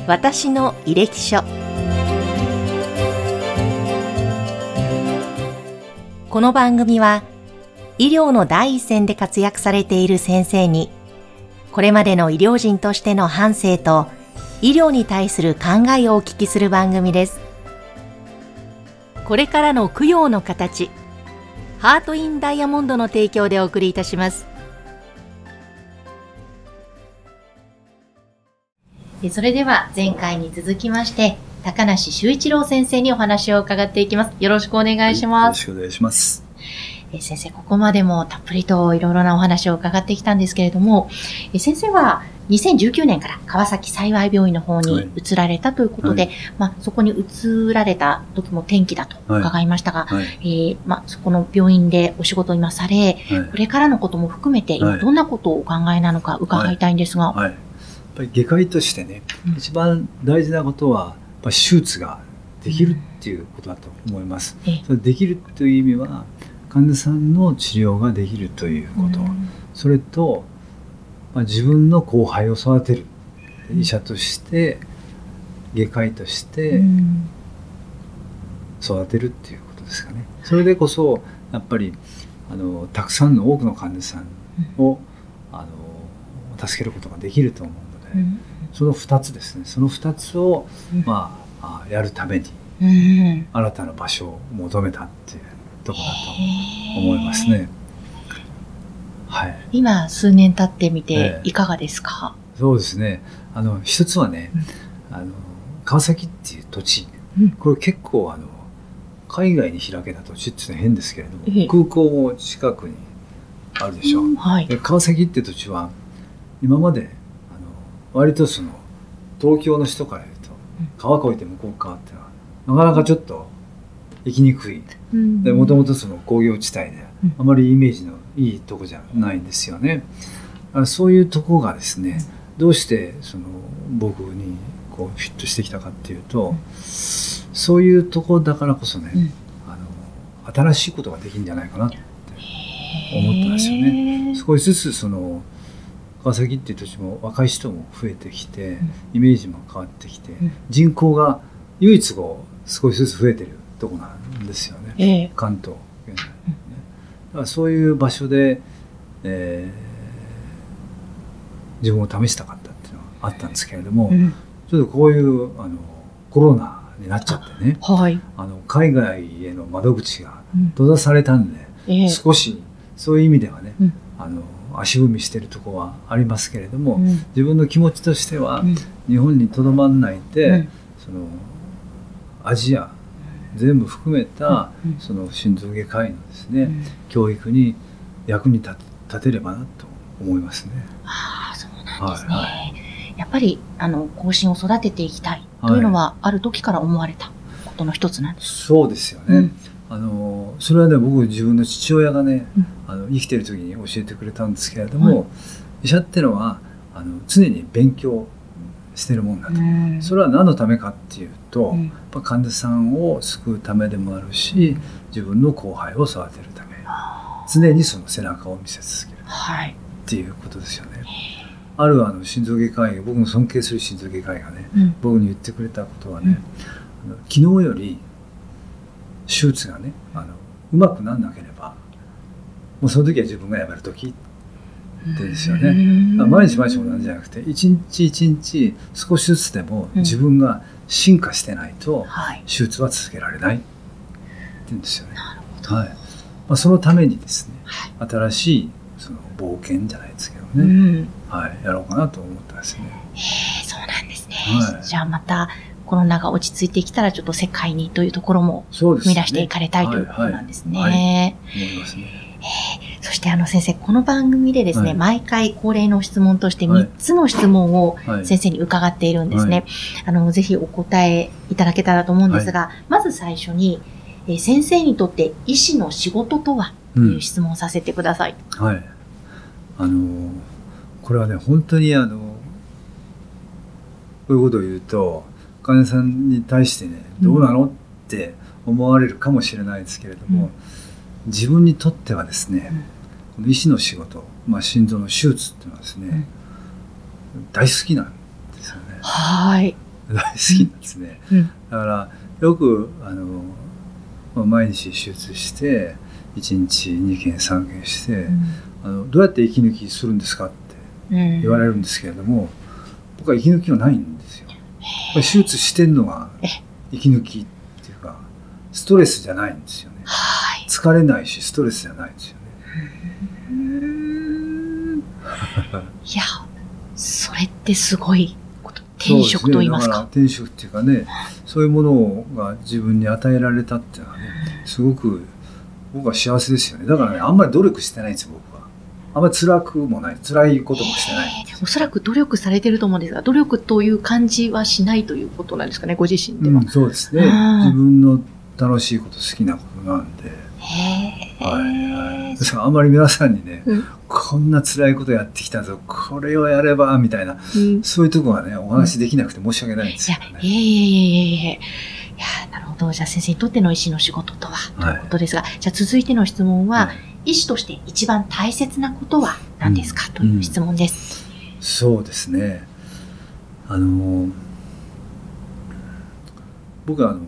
私の履歴書。この番組は医療の第一線で活躍されている先生にこれまでの医療人としての半生と医療に対する考えをお聞きする番組です。これからの供養の形、ハートインダイヤモンドの提供でお送りいたします。それでは前回に続きまして高梨修一郎先生にお話を伺っていきます。よろしくお願いします。 よろしくお願いします。 先生、ここまでもたっぷりといろいろなお話を伺ってきたんですけれども、先生は2019年から川崎幸病院の方に移られたということで、そこに移られた時も転機だと伺いましたが、そこの病院でお仕事を今され、これからのことも含めて今どんなことをお考えなのか伺いたいんですが、 やっぱり外科医としてね、一番大事なことはやっぱり手術ができるっていうことだと思います。それできるという意味は患者さんの治療ができるということ、それと、自分の後輩を育てる、医者として外科医として育てるっていうことですかね。それでこそやっぱりたくさんの多くの患者さんを助けることができると思うので、その2つですね、その2つを、やるために新たな場所を求めたっていうところだと思いますね。 今数年経ってみていかがですか？ そうですね、一つはね、川崎っていう土地、これ結構海外に開けた土地っていうのは変ですけれども、空港も近くにあるでしょう。で川崎っていう土地は今まで割とその東京の人から言うと、川越えて向こう側っていうのはなかなかちょっと行きにくい。でもともとその工業地帯であまりイメージのいいとこじゃないんですよね。そういうとこがですね、どうしてその僕にこうフィットしてきたかっていうと、そういうとこだからこそね、新しいことができるんじゃないかなって思ったんですよね。少しずつその川崎っていう土地も若い人も増えてきて、イメージも変わってきて、人口が唯一少しずつ増えてるとこなんですよね、関東現在、だからそういう場所で、自分を試したかったっていうのはあったんですけれども、ちょっとこういうコロナになっちゃってね、海外への窓口が閉ざされたんで、少しそういう意味ではね、足踏みしてるところはありますけれども、自分の気持ちとしては、日本にとどまらないで、そのアジア全部含めた、その心臓外科医のですね、教育に役に立てればなと思いますね。 そうなんですね。やっぱり後進を育てていきたいというのは、ある時から思われたことの一つなんです。 そうですよね。それはね、僕自分の父親がね、生きてる時に教えてくれたんですけれども、医者ってのは常に勉強してるもんだと。それは何のためかっていうと、やっぱ患者さんを救うためでもあるし、自分の後輩を育てるため、常にその背中を見せ続けるっていうことですよね。ある心臓外科医が、僕の尊敬する心臓外科医がね、僕に言ってくれたことはね、昨日より手術がね、うまくなんなければ、もうその時は自分がやめる時ってですよね。毎日同じじゃなくて、一日一日少しずつでも自分が進化してないと手術は続けられないって言うんですよね。そのためにですね、新しいその冒険じゃないですけどね、やろうかなと思ったんですね。 そうなんですね。じゃあまたコロナが落ち着いてきたら、ちょっと世界にというところも踏み出していかれたいということなんですね。 思いますね。 そして先生、この番組でですね、毎回恒例の質問として3つの質問を先生に伺っているんですね。ぜひお答えいただけたらと思うんですが、まず最初に、先生にとって医師の仕事とはという質問をさせてください。 これはね、本当にこういうことを言うと、患者さんに対してね、どうなのって思われるかもしれないですけれども、自分にとってはですね、この医師の仕事、心臓の手術っていうのはですね、大好きなんですよね。 大好きなんですね。だからよく毎日手術して1日2件3件して、どうやって息抜きするんですかって言われるんですけれども、僕は息抜きがないんですよ。手術してんのが息抜きっていうか、ストレスじゃないんですよね。疲れないしストレスじゃないんですよね。 いや、それってすごい転職と言いますか。 転職っていうかね、そういうものが自分に与えられたっていうのはね、すごく僕は幸せですよね。だからね、あんまり努力してないんですよ、僕は。あんまり辛くもない、辛いこともしてない。 おそらく努力されてると思うんですが、努力という感じはしないということなんですかね、ご自身では。 そうですね。自分の楽しいこと、好きなことなんで。ですからあんまり皆さんにね、こんな辛いことやってきたぞ、これをやればみたいな、そういうところはね、お話できなくて申し訳ないんですよね。いや、 なるほど。じゃあ先生にとっての医師の仕事とは、ということですが、じゃあ続いての質問は、医師として一番大切なことは何ですか、という質問です。 そうですね。僕は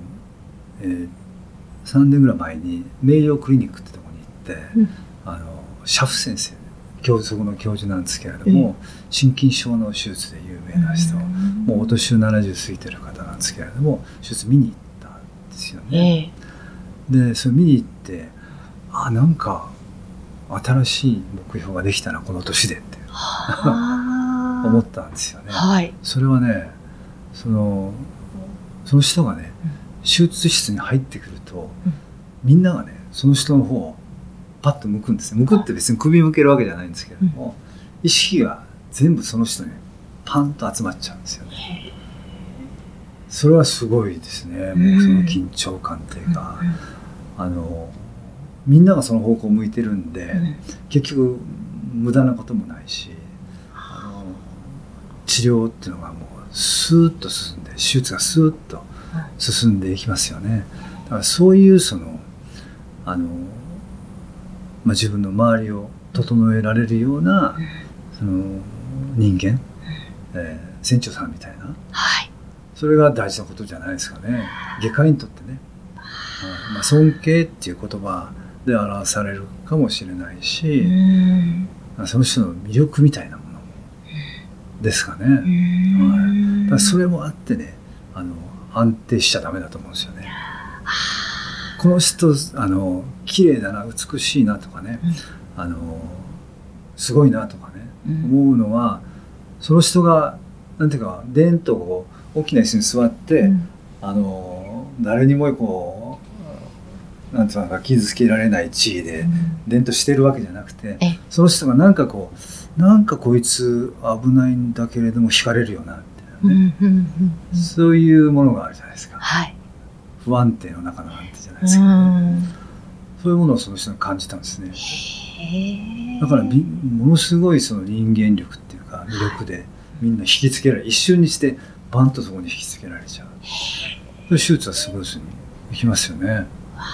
3年ぐらい前に名誉クリニックってとこに行って、シャフ先生、そこの教授なんですけれども、心筋症の手術で有名な人、もうお年を70過ぎてる方なんですけれども、手術見に行ったんですよね。でそれ見に行って、なんか新しい目標ができたな、この年でって思ったんですよね。それはね、その人がね、手術室に入ってくると、みんながね、その人の方をパッと向くんですね。向くって別に首向けるわけじゃないんですけれども、意識が全部その人にパンと集まっちゃうんですよね。それはすごいですね。もうその緊張感っていうか、みんながその方向を向いてるんで、結局無駄なこともないし、治療っていうのがもうスーッと進んで、手術がスーッと進んでいきますよね。だからそういう自分の周りを整えられるような人間、船長さんみたいな、それが大事なことじゃないですかね。外科医にとってね、尊敬っていう言葉で表されるかもしれないし、その人の魅力みたいなものですかね。だからそれもあってね、安定しちゃダメだと思うんですよね。この人綺麗だな、美しいなとかね、すごいなとかね、思うのは、その人がなんていうか、でんとこう大きな椅子に座って、誰にもなんていうか傷つけられない地位ででんとしてるわけじゃなくて、その人がなんかこいつ危ないんだけれども惹かれるよなみたいなね、そういうものがあるじゃないですか。不安定の中の安定じゃないですかね。そういうものをその人に感じたんですね。だからものすごいその人間力っていうか魅力でみんな引きつけられ、一瞬にしてバンとそこに引きつけられちゃう。手術はスムーズにいきますよね。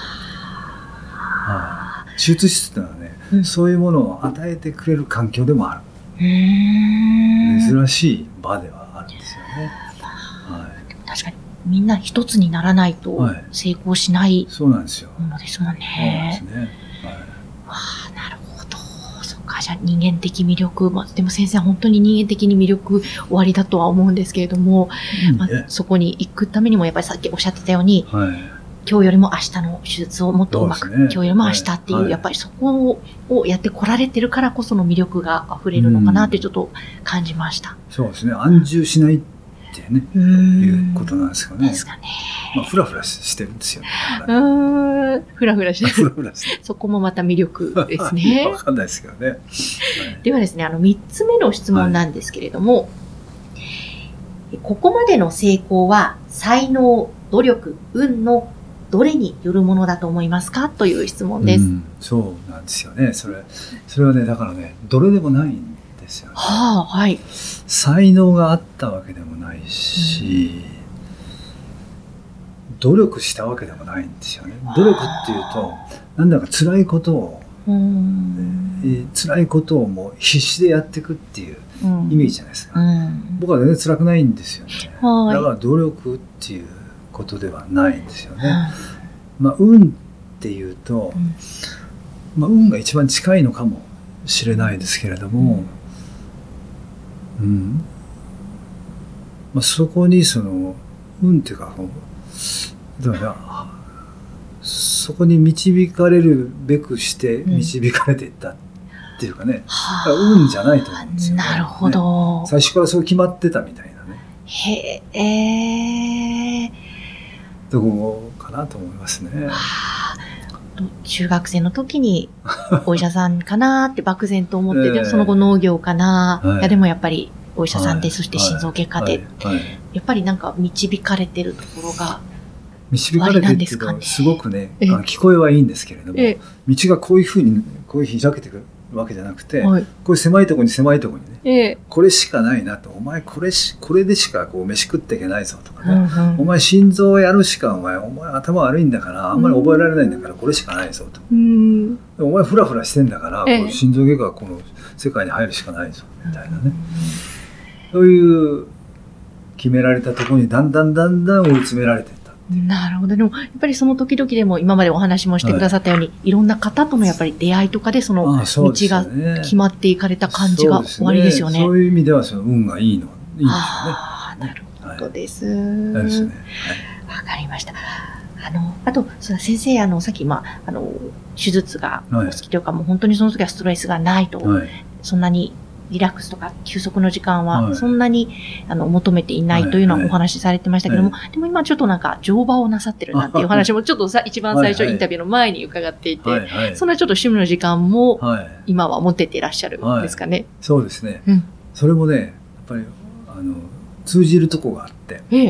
手術室ってのはね、そういうものを与えてくれる環境でもある。珍しい場ではあるんですよね。 確かにみんな一つにならないと成功しないものですもんね。なるほど。そっか、じゃあ人間的魅力、でも先生は本当に人間的に魅力おありだとは思うんですけれども、そこに行くためにもやっぱりさっきおっしゃってたように、今日よりも明日の手術をもっとうまく、今日よりも明日っていう、やっぱりそこをやってこられてるからこその魅力が溢れるのかなってちょっと感じました。 そうですね。安住しないってね、いうことなんですかね。 ですかね。 フラフラしてるんですよね。 フラフラしてる。そこもまた魅力ですね。 わかんないですけどね。 ではですね、3つ目の質問なんですけれども、ここまでの成功は才能、努力、運のどれによるものだと思いますかという質問です。 そうなんですよね。それはね、だからね、どれでもないんですよね。才能があったわけでもないし、努力したわけでもないんですよね。努力っていうと、なんだか辛いことを辛いことをもう必死でやっていくっていうイメージじゃないですか。僕は全然辛くないんですよね。だから努力っていうことではないんですよね。運っていうと、運が一番近いのかもしれないですけれども、そこにその運っていうか、だからそこに導かれるべくして導かれていったっていうかね、運じゃないと思うんですよね。 なるほど。 最初からそう決まってたみたいなね。どこかなと思いますね。 中学生の時にお医者さんかなって漠然と思ってて、その後農業かな、いやでもやっぱりお医者さんで、そして心臓外科で、やっぱりなんか導かれてるところが導かれてるっていうとすごくね、聞こえはいいんですけれども、道がこういうふうに開けてくるわけじゃなくて、こういう狭いところにね、これしかないなと、お前これでしかこう飯食っていけないぞとかね、お前心臓をやるしかお前頭悪いんだからあんまり覚えられないんだからこれしかないぞと、お前フラフラしてんだから、こう心臓外科はこの世界に入るしかないぞみたいなね、そういう決められたところにだんだん追い詰められていった。 なるほど。でも、やっぱりその時々でも今までお話もしてくださったように、いろんな方とのやっぱり出会いとかでその道が決まっていかれた感じが終わりですよね。 そういう意味ではその運がいいんでしょうね。 なるほどです。わかりました。あと、先生、さっき、手術がお好きというか、もう本当にその時はストレスがないと、そんなにリラックスとか休息の時間はそんなに、求めていないというのはお話しされてましたけども、でも今ちょっとなんか乗馬をなさってるなんていう話もちょっと一番最初インタビューの前に伺っていて、そんなちょっと趣味の時間も今は持ってっていらっしゃるんですかね。 そうですね。それもね、やっぱり通じるとこがあって、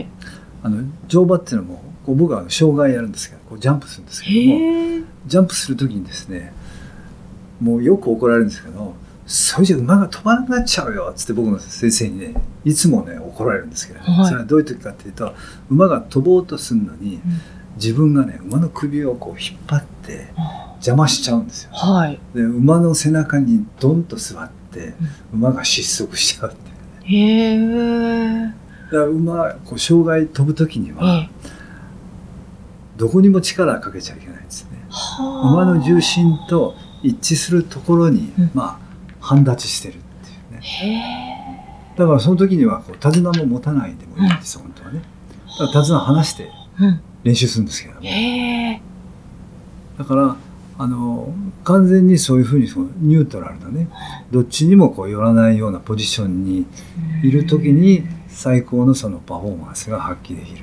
乗馬っていうのも僕は障害やるんですけど、ジャンプするんですけども、ジャンプするときにですね、もうよく怒られるんですけど、それじゃ馬が飛ばなくなっちゃうよっつって僕の先生にね、いつもね怒られるんですけれど、それはどういう時かっていうと、馬が飛ぼうとするのに、自分がね馬の首をこう引っ張って邪魔しちゃうんですよ。で馬の背中にドンと座って、馬が失速しちゃうっていうね。だから馬障害飛ぶ時には、どこにも力かけちゃいけないんですね。馬の重心と一致するところに、半立ちしてるっていうね。だからその時には手綱も持たないでもいいんですよ、本当はね。だから手綱離して練習するんですけれども、だから完全にそういうふうにニュートラルなね、どっちにも寄らないようなポジションにいる時に最高のそのパフォーマンスが発揮できる、ね。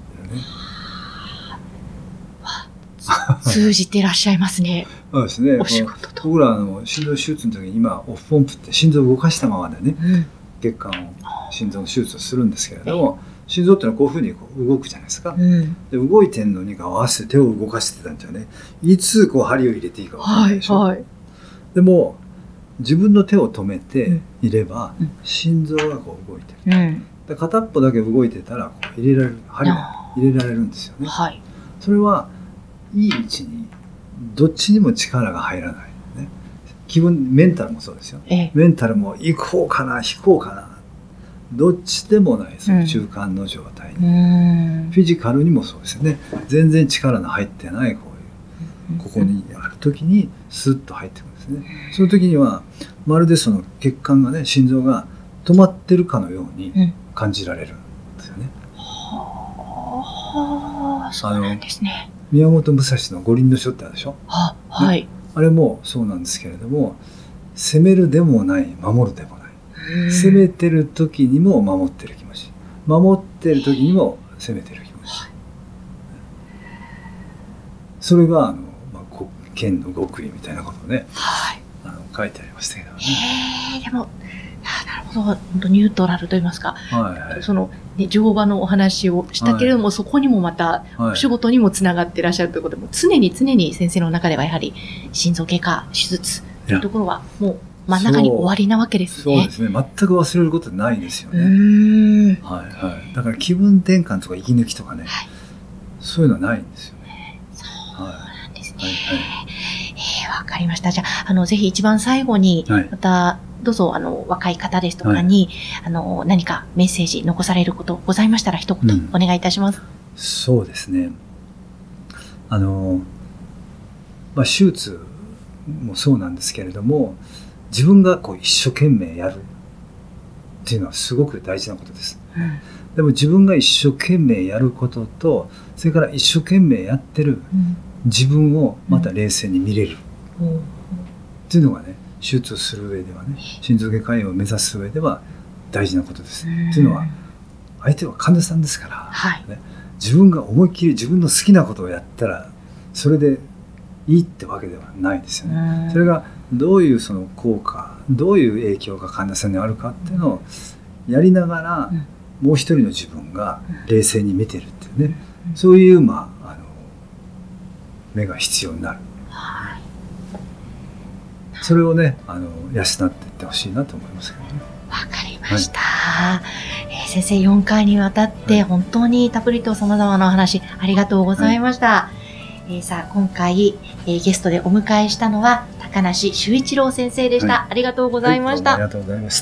通じてらっしゃいますね。 そうですね。 お仕事と。 僕ら心臓手術の時に今オフポンプって心臓を動かしたままでね、血管を心臓の手術をするんですけれども、心臓ってのはこういうふうに動くじゃないですか。で動いてんのに合わせて手を動かしてたんじゃね、いつ針を入れていいか分からないでしょ。でも自分の手を止めていれば、心臓が動いてる。で片っぽだけ動いてたら針が入れられるんですよね。それはいい位置にどっちにも力が入らない、ね、メンタルもそうですよ。メンタルも行こうかな引こうかな、どっちでもないその中間の状態に、フィジカルにもそうですよね。全然力の入ってないここにある時にスッと入ってくるんですね。その時にはまるでその血管がね、心臓が止まってるかのように感じられるんですよね。 そうなんですね。 宮本武蔵の五輪の書ってあるでしょ。あれもそうなんですけれども、攻めるでもない守るでもない、攻めてる時にも守ってる気持ち、守ってる時にも攻めてる気持ち、それが剣の極意みたいなことをね、書いてありましたけどね。 でもなるほど、本当ニュートラルと言いますか、その乗馬のお話をしたけれども、そこにもまたお仕事にもつながっていらっしゃるということで、も常に先生の中ではやはり心臓外科手術というところはもう真ん中に終わりなわけですね。そうですね。全く忘れることないですよね。だから気分転換とか息抜きとかね、そういうのはないんですよね。そうなんですね。 わかりました。じゃあ、ぜひ一番最後に、また、どうぞ、若い方ですとかに、何かメッセージ残されることございましたら、一言お願いいたします。 そうですね。手術もそうなんですけれども、自分がこう一生懸命やるっていうのはすごく大事なことです。でも自分が一生懸命やることと、それから一生懸命やってる自分をまた冷静に見れるっていうのがね、手術をする上ではね、心臓外科医を目指す上では大事なことです。っていうのは、相手は患者さんですから、ね、自分が思いっきり自分の好きなことをやったらそれでいいってわけではないですよね。それがどういうその効果、どういう影響が患者さんにあるかっていうのをやりながら、もう一人の自分が冷静に見てるっていうね、そういう目が必要になる。それをね、養っていってほしいなと思いますけどね。 わかりました。先生、4回にわたって本当にたっぷりと様々なお話ありがとうございました。さあ、今回、ゲストでお迎えしたのは高梨修一郎先生でした。ありがとうございました。 ありがとうございました。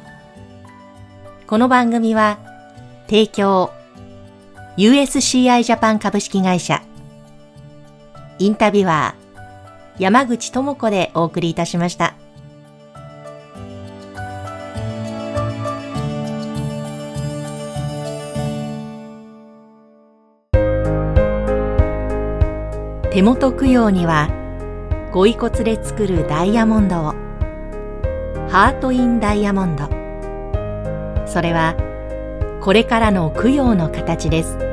この番組は、提供、USCI ジャパン株式会社、インタビュアー、山口智子でお送りいたしました。手元供養には、ご遺骨で作るダイヤモンドを、ハートインダイヤモンド。それは、これからの供養の形です。